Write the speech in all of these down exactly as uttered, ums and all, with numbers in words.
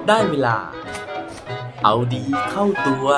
ได้เวลาเอาดีเข้าตัว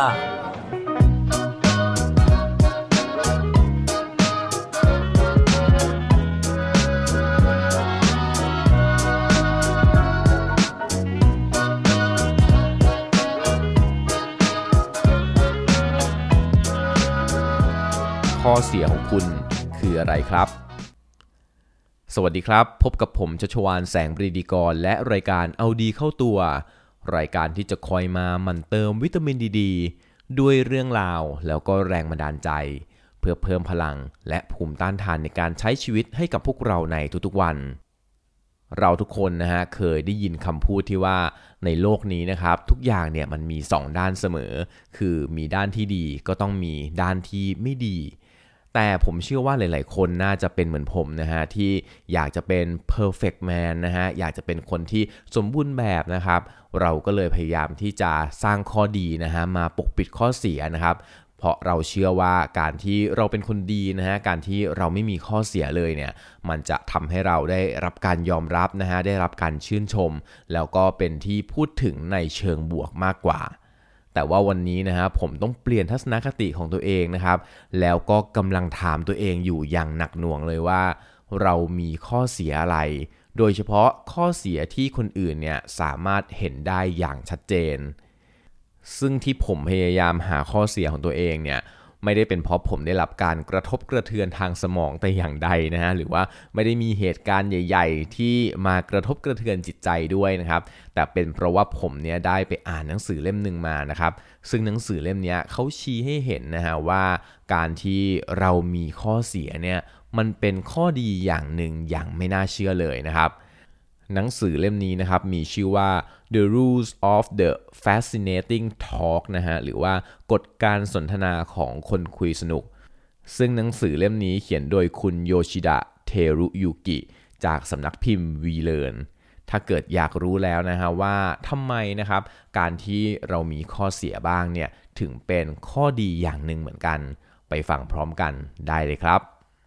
ข้อเสียของคุณคืออะไรครับสวัสดีครับพบกับผมชัชวาลแสงปรีดีกรและรายการเอาดีเข้าตัวรายการที่จะคอยมาหมั่นเติมวิตามินดีดด้วยเรื่องราวแล้วก็แรงบันดาลใจเพื่อเพิ่มพลังและภูมิต้านทานในการใช้ชีวิตให้กับพวกเราในทุกๆวันเราทุกคนนะฮะเคยได้ยินคำพูดที่ว่าในโลกนี้นะครับทุกอย่างเนี่ยมันมีสองด้านเสมอคือมีด้านที่ดีก็ต้องมีด้านที่ไม่ดีแต่ผมเชื่อว่าหลายๆคนน่าจะเป็นเหมือนผมนะฮะที่อยากจะเป็น perfect man นะฮะอยากจะเป็นคนที่สมบูรณ์แบบนะครับเราก็เลยพยายามที่จะสร้างข้อดีนะฮะมาปกปิดข้อเสียนะครับเพราะเราเชื่อว่าการที่เราเป็นคนดีนะฮะการที่เราไม่มีข้อเสียเลยเนี่ยมันจะทำให้เราได้รับการยอมรับนะฮะได้รับการชื่นชมแล้วก็เป็นที่พูดถึงในเชิงบวกมากกว่าแต่ว่าวันนี้นะฮะผมต้องเปลี่ยนทัศนคติของตัวเองนะครับแล้วก็กำลังถามตัวเองอยู่อย่างหนักหน่วงเลยว่าเรามีข้อเสียอะไรโดยเฉพาะข้อเสียที่คนอื่นเนี่ยสามารถเห็นได้อย่างชัดเจนซึ่งที่ผมพยายามหาข้อเสียของตัวเองเนี่ยไม่ได้เป็นเพราะผมได้รับการกระทบกระเทือนทางสมองแต่อย่างใดนะฮะหรือว่าไม่ได้มีเหตุการณ์ใหญ่ๆที่มากระทบกระเทือนจิตใจด้วยนะครับแต่เป็นเพราะว่าผมเนี่ยได้ไปอ่านหนังสือเล่มนึงมานะครับซึ่งหนังสือเล่มนี้เขาชี้ให้เห็นนะฮะว่าการที่เรามีข้อเสียเนี่ยมันเป็นข้อดีอย่างหนึ่งอย่างไม่น่าเชื่อเลยนะครับหนังสือเล่มนี้นะครับมีชื่อว่า The Rules of the Fascinating Talk นะฮะหรือว่ากฎการสนทนาของคนคุยสนุกซึ่งหนังสือเล่มนี้เขียนโดยคุณโยชิดะเทรุยุกิจากสำนักพิมพ์ วี-Learn ถ้าเกิดอยากรู้แล้วนะฮะว่าทำไมนะครับการที่เรามีข้อเสียบ้างเนี่ยถึงเป็นข้อดีอย่างหนึ่งเหมือนกันไปฟังพร้อมกันได้เลยครับ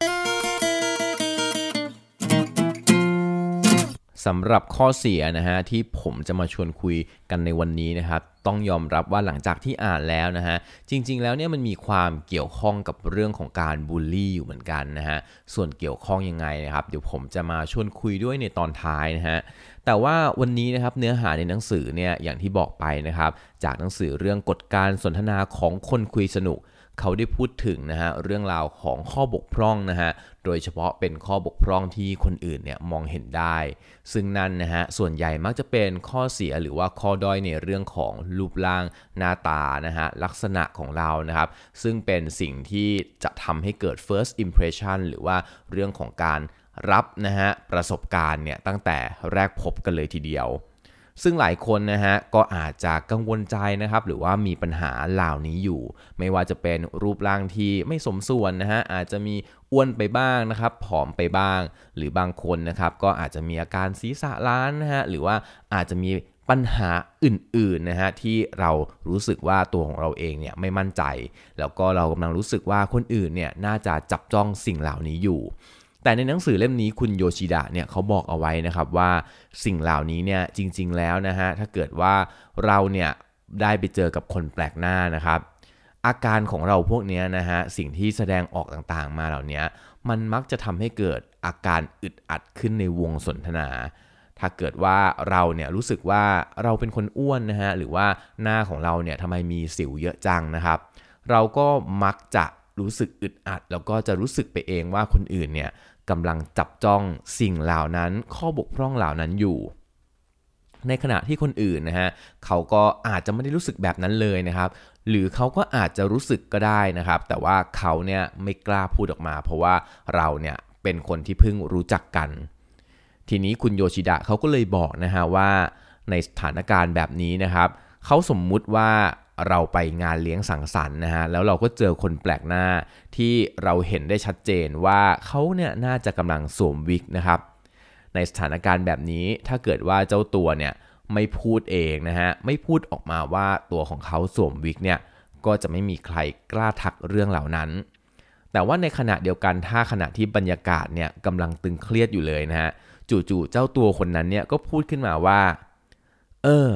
สำหรับข้อเสียนะฮะที่ผมจะมาชวนคุยกันในวันนี้นะครับต้องยอมรับว่าหลังจากที่อ่านแล้วนะฮะจริงๆแล้วเนี่ยมันมีความเกี่ยวข้องกับเรื่องของการบูลลี่อยู่เหมือนกันนะฮะส่วนเกี่ยวข้องยังไงนะครับเดี๋ยวผมจะมาชวนคุยด้วยในตอนท้ายนะฮะแต่ว่าวันนี้นะครับเนื้อหาในหนังสือเนี่ยอย่างที่บอกไปนะครับจากหนังสือเรื่องกฎการสนทนาของคนคุยสนุกเขาได้พูดถึงนะฮะเรื่องราวของข้อบกพร่องนะฮะโดยเฉพาะเป็นข้อบกพร่องที่คนอื่นเนี่ยมองเห็นได้ซึ่งนั่นนะฮะส่วนใหญ่มักจะเป็นข้อเสียหรือว่าข้อด้อยในเรื่องของรูปร่างหน้าตานะฮะลักษณะของเรานะครับซึ่งเป็นสิ่งที่จะทำให้เกิด first impression หรือว่าเรื่องของการรับนะฮะประสบการณ์เนี่ยตั้งแต่แรกพบกันเลยทีเดียวซึ่งหลายคนนะฮะก็อาจจะกังวลใจนะครับหรือว่ามีปัญหาเหล่านี้อยู่ไม่ว่าจะเป็นรูปร่างที่ไม่สมส่วนนะฮะอาจจะมีอ้วนไปบ้างนะครับผอมไปบ้างหรือบางคนนะครับก็อาจจะมีอาการศีรษะล้านนะฮะหรือว่าอาจจะมีปัญหาอื่นๆนะฮะที่เรารู้สึกว่าตัวของเราเองเนี่ยไม่มั่นใจแล้วก็เรากำลังรู้สึกว่าคนอื่นเนี่ยน่าจะจับจ้องสิ่งเหล่านี้อยู่แต่ในหนังสือเล่มนี้คุณโยชิดะเนี่ยเขาบอกเอาไว้นะครับว่าสิ่งเหล่านี้เนี่ยจริงๆแล้วนะฮะถ้าเกิดว่าเราเนี่ยได้ไปเจอกับคนแปลกหน้านะครับอาการของเราพวกนี้นะฮะสิ่งที่แสดงออกต่างๆมาเหล่านี้มันมักจะทำให้เกิดอาการอึดอัดขึ้นในวงสนทนาถ้าเกิดว่าเราเนี่ยรู้สึกว่าเราเป็นคนอ้วนนะฮะหรือว่าหน้าของเราเนี่ยทำไมมีสิวเยอะจังนะครับเราก็มักจะรู้สึกอึดอัดแล้วก็จะรู้สึกไปเองว่าคนอื่นเนี่ยกำลังจับจ้องสิ่งเหล่านั้นข้อบกพร่องเหล่านั้นอยู่ในขณะที่คนอื่นนะฮะเขาก็อาจจะไม่ได้รู้สึกแบบนั้นเลยนะครับหรือเขาก็อาจจะรู้สึกก็ได้นะครับแต่ว่าเขาเนี่ยไม่กล้าพูดออกมาเพราะว่าเราเนี่ยเป็นคนที่เพิ่งรู้จักกันทีนี้คุณโยชิดะเขาก็เลยบอกนะฮะว่าในสถานการณ์แบบนี้นะครับเขาสมมุติว่าเราไปงานเลี้ยงสังสรรค์นะฮะแล้วเราก็เจอคนแปลกหน้าที่เราเห็นได้ชัดเจนว่าเขาเนี่ยน่าจะกำลังสวมวิกนะครับในสถานการณ์แบบนี้ถ้าเกิดว่าเจ้าตัวเนี่ยไม่พูดเองนะฮะไม่พูดออกมาว่าตัวของเขาสวมวิกเนี่ยก็จะไม่มีใครกล้าทักเรื่องเหล่านั้นแต่ว่าในขณะเดียวกันถ้าขณะที่บรรยากาศเนี่ยกำลังตึงเครียดอยู่เลยนะฮะจู่ๆเจ้าตัวคนนั้นเนี่ยก็พูดขึ้นมาว่าเออ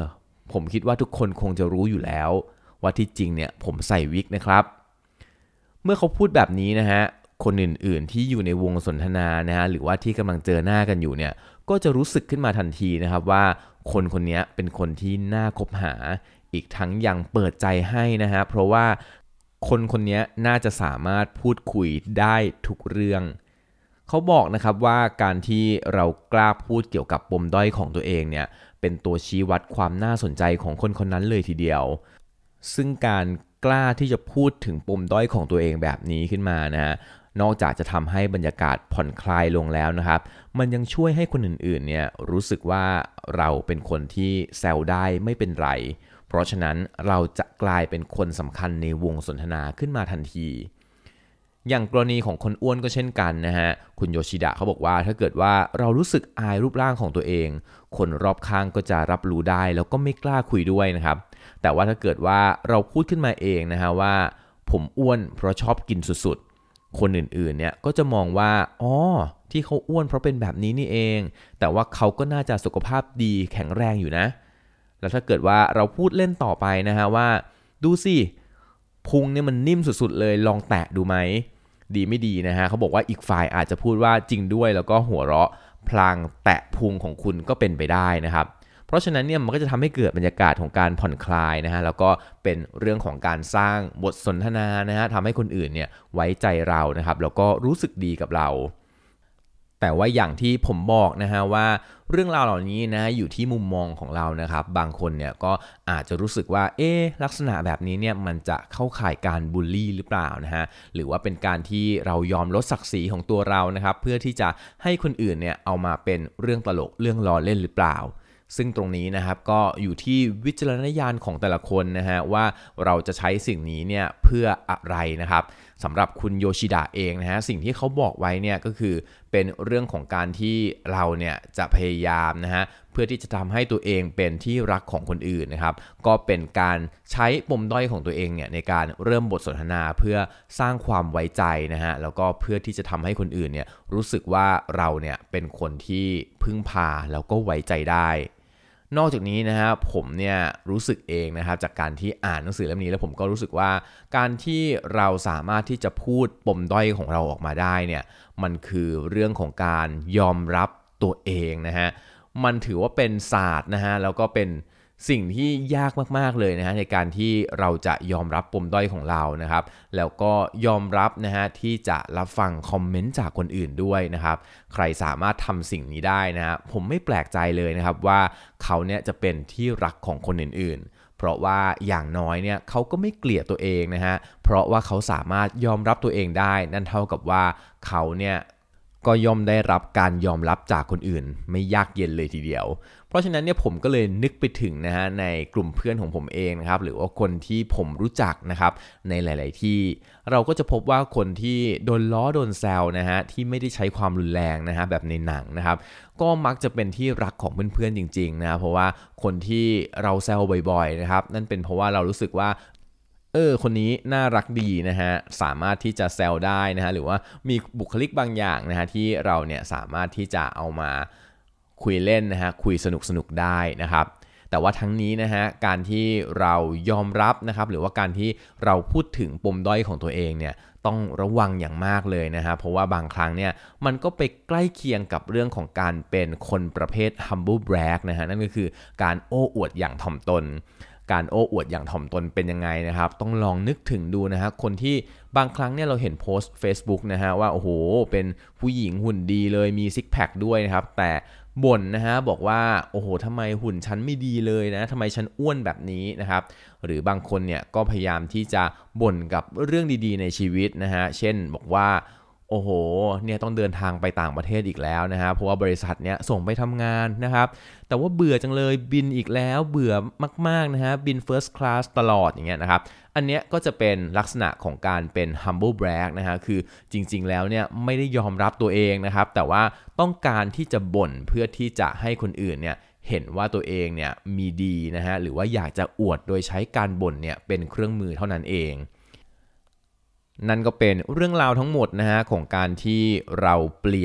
ผมคิดว่าทุกคนคงจะรู้อยู่แล้วว่าที่จริงเนี่ยผมใส่วิกนะครับเมื่อเขาพูดแบบนี้นะฮะคนอื่นๆที่อยู่ในวงสนทนานะฮะหรือว่าที่กำลังเจอหน้ากันอยู่เนี่ยก็จะรู้สึกขึ้นมาทันทีนะครับว่าคนคนนี้เป็นคนที่น่าคบหาอีกทั้งยังเปิดใจให้นะฮะเพราะว่าคนคนนี้น่าจะสามารถพูดคุยได้ทุกเรื่องเขาบอกนะครับว่าการที่เรากล้าพูดเกี่ยวกับปมด้อยของตัวเองเนี่ยเป็นตัวชี้วัดความน่าสนใจของคนคนนั้นเลยทีเดียวซึ่งการกล้าที่จะพูดถึงปมด้อยของตัวเองแบบนี้ขึ้นมานะฮะนอกจากจะทำให้บรรยากาศผ่อนคลายลงแล้วนะครับมันยังช่วยให้คนอื่นๆเนี่ยรู้สึกว่าเราเป็นคนที่แซวได้ไม่เป็นไรเพราะฉะนั้นเราจะกลายเป็นคนสำคัญในวงสนทนาขึ้นมาทันทีอย่างกรณีของคนอ้วนก็เช่นกันนะฮะคุณโยชิดะเขาบอกว่าถ้าเกิดว่าเรารู้สึกอายรูปร่างของตัวเองคนรอบข้างก็จะรับรู้ได้แล้วก็ไม่กล้าคุยด้วยนะครับแต่ว่าถ้าเกิดว่าเราพูดขึ้นมาเองนะฮะว่าผมอ้วนเพราะชอบกินสุดๆคนอื่นๆเนี่ยก็จะมองว่าอ๋อที่เขาอ้วนเพราะเป็นแบบนี้นี่เองแต่ว่าเขาก็น่าจะสุขภาพดีแข็งแรงอยู่นะแล้วถ้าเกิดว่าเราพูดเล่นต่อไปนะฮะว่าดูสิพุงเนี่ยมันนิ่มสุดๆเลยลองแตะดูไหมดีไม่ดีนะฮะเขาบอกว่าอีกฝ่ายอาจจะพูดว่าจริงด้วยแล้วก็หัวเราะพลางแตะพุงของคุณก็เป็นไปได้นะครับเพราะฉะนั้นเนี่ยมันก็จะทำให้เกิดบรรยากาศของการผ่อนคลายนะฮะแล้วก็เป็นเรื่องของการสร้างบทสนทนานะฮะทำให้คนอื่นเนี่ยไว้ใจเรานะครับแล้วก็รู้สึกดีกับเราแต่ว่าอย่างที่ผมบอกนะฮะว่าเรื่องราวเหล่านี้นะอยู่ที่มุมมองของเรานะครับบางคนเนี่ยก็อาจจะรู้สึกว่าเอ๊ะลักษณะแบบนี้เนี่ยมันจะเข้าข่ายการบูลลี่หรือเปล่านะฮะหรือว่าเป็นการที่เรายอมลดศักดิ์ศรีของตัวเรานะครับเพื่อที่จะให้คนอื่นเนี่ยเอามาเป็นเรื่องตลกเรื่องล้อเล่นหรือเปล่าซึ่งตรงนี้นะครับก็อยู่ที่วิจารณญาณของแต่ละคนนะฮะว่าเราจะใช้สิ่งนี้เนี่ยเพื่ออะไรนะครับสำหรับคุณโยชิดะเองนะฮะสิ่งที่เขาบอกไว้เนี่ยก็คือเป็นเรื่องของการที่เราเนี่ยจะพยายามนะฮะเพื่อที่จะทำให้ตัวเองเป็นที่รักของคนอื่นนะครับก็เป็นการใช้ปมด้อยของตัวเองเนี่ยในการเริ่มบทสนทนาเพื่อสร้างความไว้ใจนะฮะแล้วก็เพื่อที่จะทำให้คนอื่นเนี่ยรู้สึกว่าเราเนี่ยเป็นคนที่พึ่งพาแล้วก็ไว้ใจได้นอกจากนี้นะครับผมเนี่ยรู้สึกเองนะครับจากการที่อ่านหนังสือเล่มนี้แล้วผมก็รู้สึกว่าการที่เราสามารถที่จะพูดปมด้อยของเราออกมาได้เนี่ยมันคือเรื่องของการยอมรับตัวเองนะฮะมันถือว่าเป็นศาสตร์นะฮะแล้วก็เป็นสิ่งที่ยากมากๆเลยนะฮะในการที่เราจะยอมรับปมด้อยของเรานะครับแล้วก็ยอมรับนะฮะที่จะรับฟังคอมเมนต์จากคนอื่นด้วยนะครับใครสามารถทำสิ่งนี้ได้นะฮะผมไม่แปลกใจเลยนะครับว่าเขาเนี่ยจะเป็นที่รักของคนอื่นๆเพราะว่าอย่างน้อยเนี่ยเขาก็ไม่เกลียดตัวเองนะฮะเพราะว่าเขาสามารถยอมรับตัวเองได้นั่นเท่ากับว่าเขาเนี่ยก็ย่อมได้รับการยอมรับจากคนอื่นไม่ยากเย็นเลยทีเดียวเพราะฉะนั้นเนี่ยผมก็เลยนึกไปถึงนะฮะในกลุ่มเพื่อนของผมเองนะครับหรือว่าคนที่ผมรู้จักนะครับในหลายๆที่เราก็จะพบว่าคนที่โดนล้อโดนแซวนะฮะที่ไม่ได้ใช้ความรุนแรงนะฮะแบบในหนังนะครับก็มักจะเป็นที่รักของเพื่อนๆจริงๆนะเพราะว่าคนที่เราแซวบ่อยๆนะครับนั่นเป็นเพราะว่าเรารู้สึกว่าเออคนนี้น่ารักดีนะฮะสามารถที่จะแซวได้นะฮะหรือว่ามีบุคลิกบางอย่างนะฮะที่เราเนี่ยสามารถที่จะเอามาคุยเล่นนะฮะคุยสนุกสนุกได้นะครับแต่ว่าทั้งนี้นะฮะการที่เรายอมรับนะครับหรือว่าการที่เราพูดถึงปมด้อยของตัวเองเนี่ยต้องระวังอย่างมากเลยนะฮะเพราะว่าบางครั้งเนี่ยมันก็ไปใกล้เคียงกับเรื่องของการเป็นคนประเภท humble brag นะฮะนั่นก็คือการโอ้อวดอย่างถ่อมตนการโอ้อวดอย่างถ่อมตนเป็นยังไงนะครับต้องลองนึกถึงดูนะฮะคนที่บางครั้งเนี่ยเราเห็นโพสต์ Facebook นะฮะว่าโอ้โหเป็นผู้หญิงหุ่นดีเลยมีซิกแพคด้วยนะครับแต่บ่นนะฮะบอกว่าโอ้โหทำไมหุ่นฉันไม่ดีเลยนะทำไมฉันอ้วนแบบนี้นะครับหรือบางคนเนี่ยก็พยายามที่จะบ่นกับเรื่องดีๆในชีวิตนะฮะเช่นบอกว่าโอ้โหเนี่ยต้องเดินทางไปต่างประเทศอีกแล้วนะฮะเพราะว่าบริษัทเนี้ยส่งไปทำงานนะครับแต่ว่าเบื่อจังเลยบินอีกแล้วเบื่อมากๆนะฮะบิน first class ตลอดอย่างเงี้ยนะครับอันเนี้ยก็จะเป็นลักษณะของการเป็น humble brag นะฮะคือจริงๆแล้วเนี่ยไม่ได้ยอมรับตัวเองนะครับแต่ว่าต้องการที่จะบ่นเพื่อที่จะให้คนอื่นเนี่ยเห็นว่าตัวเองเนี่ยมีดีนะฮะหรือว่าอยากจะอวดโดยใช้การบ่นเนี่ยเป็นเครื่องมือเท่านั้นเองนั่นก็เป็นเรื่องราวทั้งหมดนะฮะของการที่เราเปลี่ยน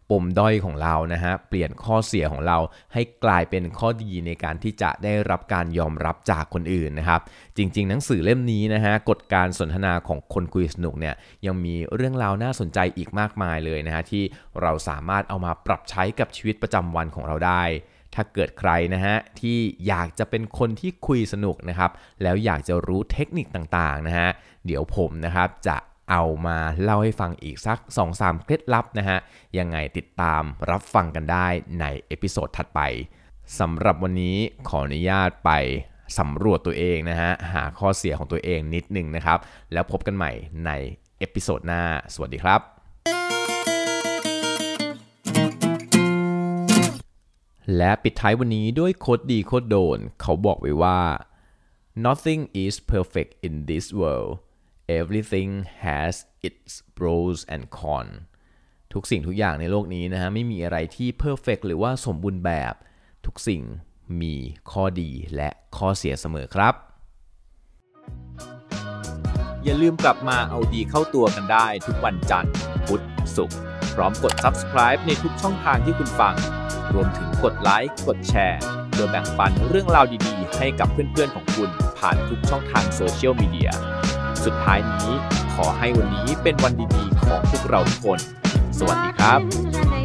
ปมด้อยของเรานะฮะเปลี่ยนข้อเสียของเราให้กลายเป็นข้อดีในการที่จะได้รับการยอมรับจากคนอื่นนะครับจริงๆหนังสือเล่มนี้นะฮะกฎการสนทนาของคนคุยสนุกเนี่ยยังมีเรื่องราวน่าสนใจอีกมากมายเลยนะฮะที่เราสามารถเอามาปรับใช้กับชีวิตประจำวันของเราได้ถ้าเกิดใครนะฮะที่อยากจะเป็นคนที่คุยสนุกนะครับแล้วอยากจะรู้เทคนิคต่างๆนะฮะเดี๋ยวผมนะครับจะเอามาเล่าให้ฟังอีกสัก สองถึงสาม เคล็ดลับนะฮะยังไงติดตามรับฟังกันได้ในเอพิโซดถัดไปสำหรับวันนี้ขออนุญาตไปสำรวจตัวเองนะฮะหาข้อเสียของตัวเองนิดนึงนะครับแล้วพบกันใหม่ในเอพิโซดหน้าสวัสดีครับและปิดท้ายวันนี้ด้วยโค้ดดีโค้ดโดนเขาบอกไว้ว่า nothing is perfect in this world everything has its pros and cons ทุกสิ่งทุกอย่างในโลกนี้นะฮะไม่มีอะไรที่ perfect หรือว่าสมบูรณ์แบบทุกสิ่งมีข้อดีและข้อเสียเสมอครับอย่าลืมกลับมาเอาดีเข้าตัวกันได้ทุกวันจันทร์พุธศุกร์พร้อมกด Subscribe ในทุกช่องทางที่คุณฟังรวมถึงกดไลค์กดแชร์โดยแบ่งปันเรื่องราวดีๆให้กับเพื่อนๆของคุณผ่านทุกช่องทางโซเชียลมีเดียสุดท้ายนี้ขอให้วันนี้เป็นวันดีๆของพวกเราทุกคนสวัสดีครับ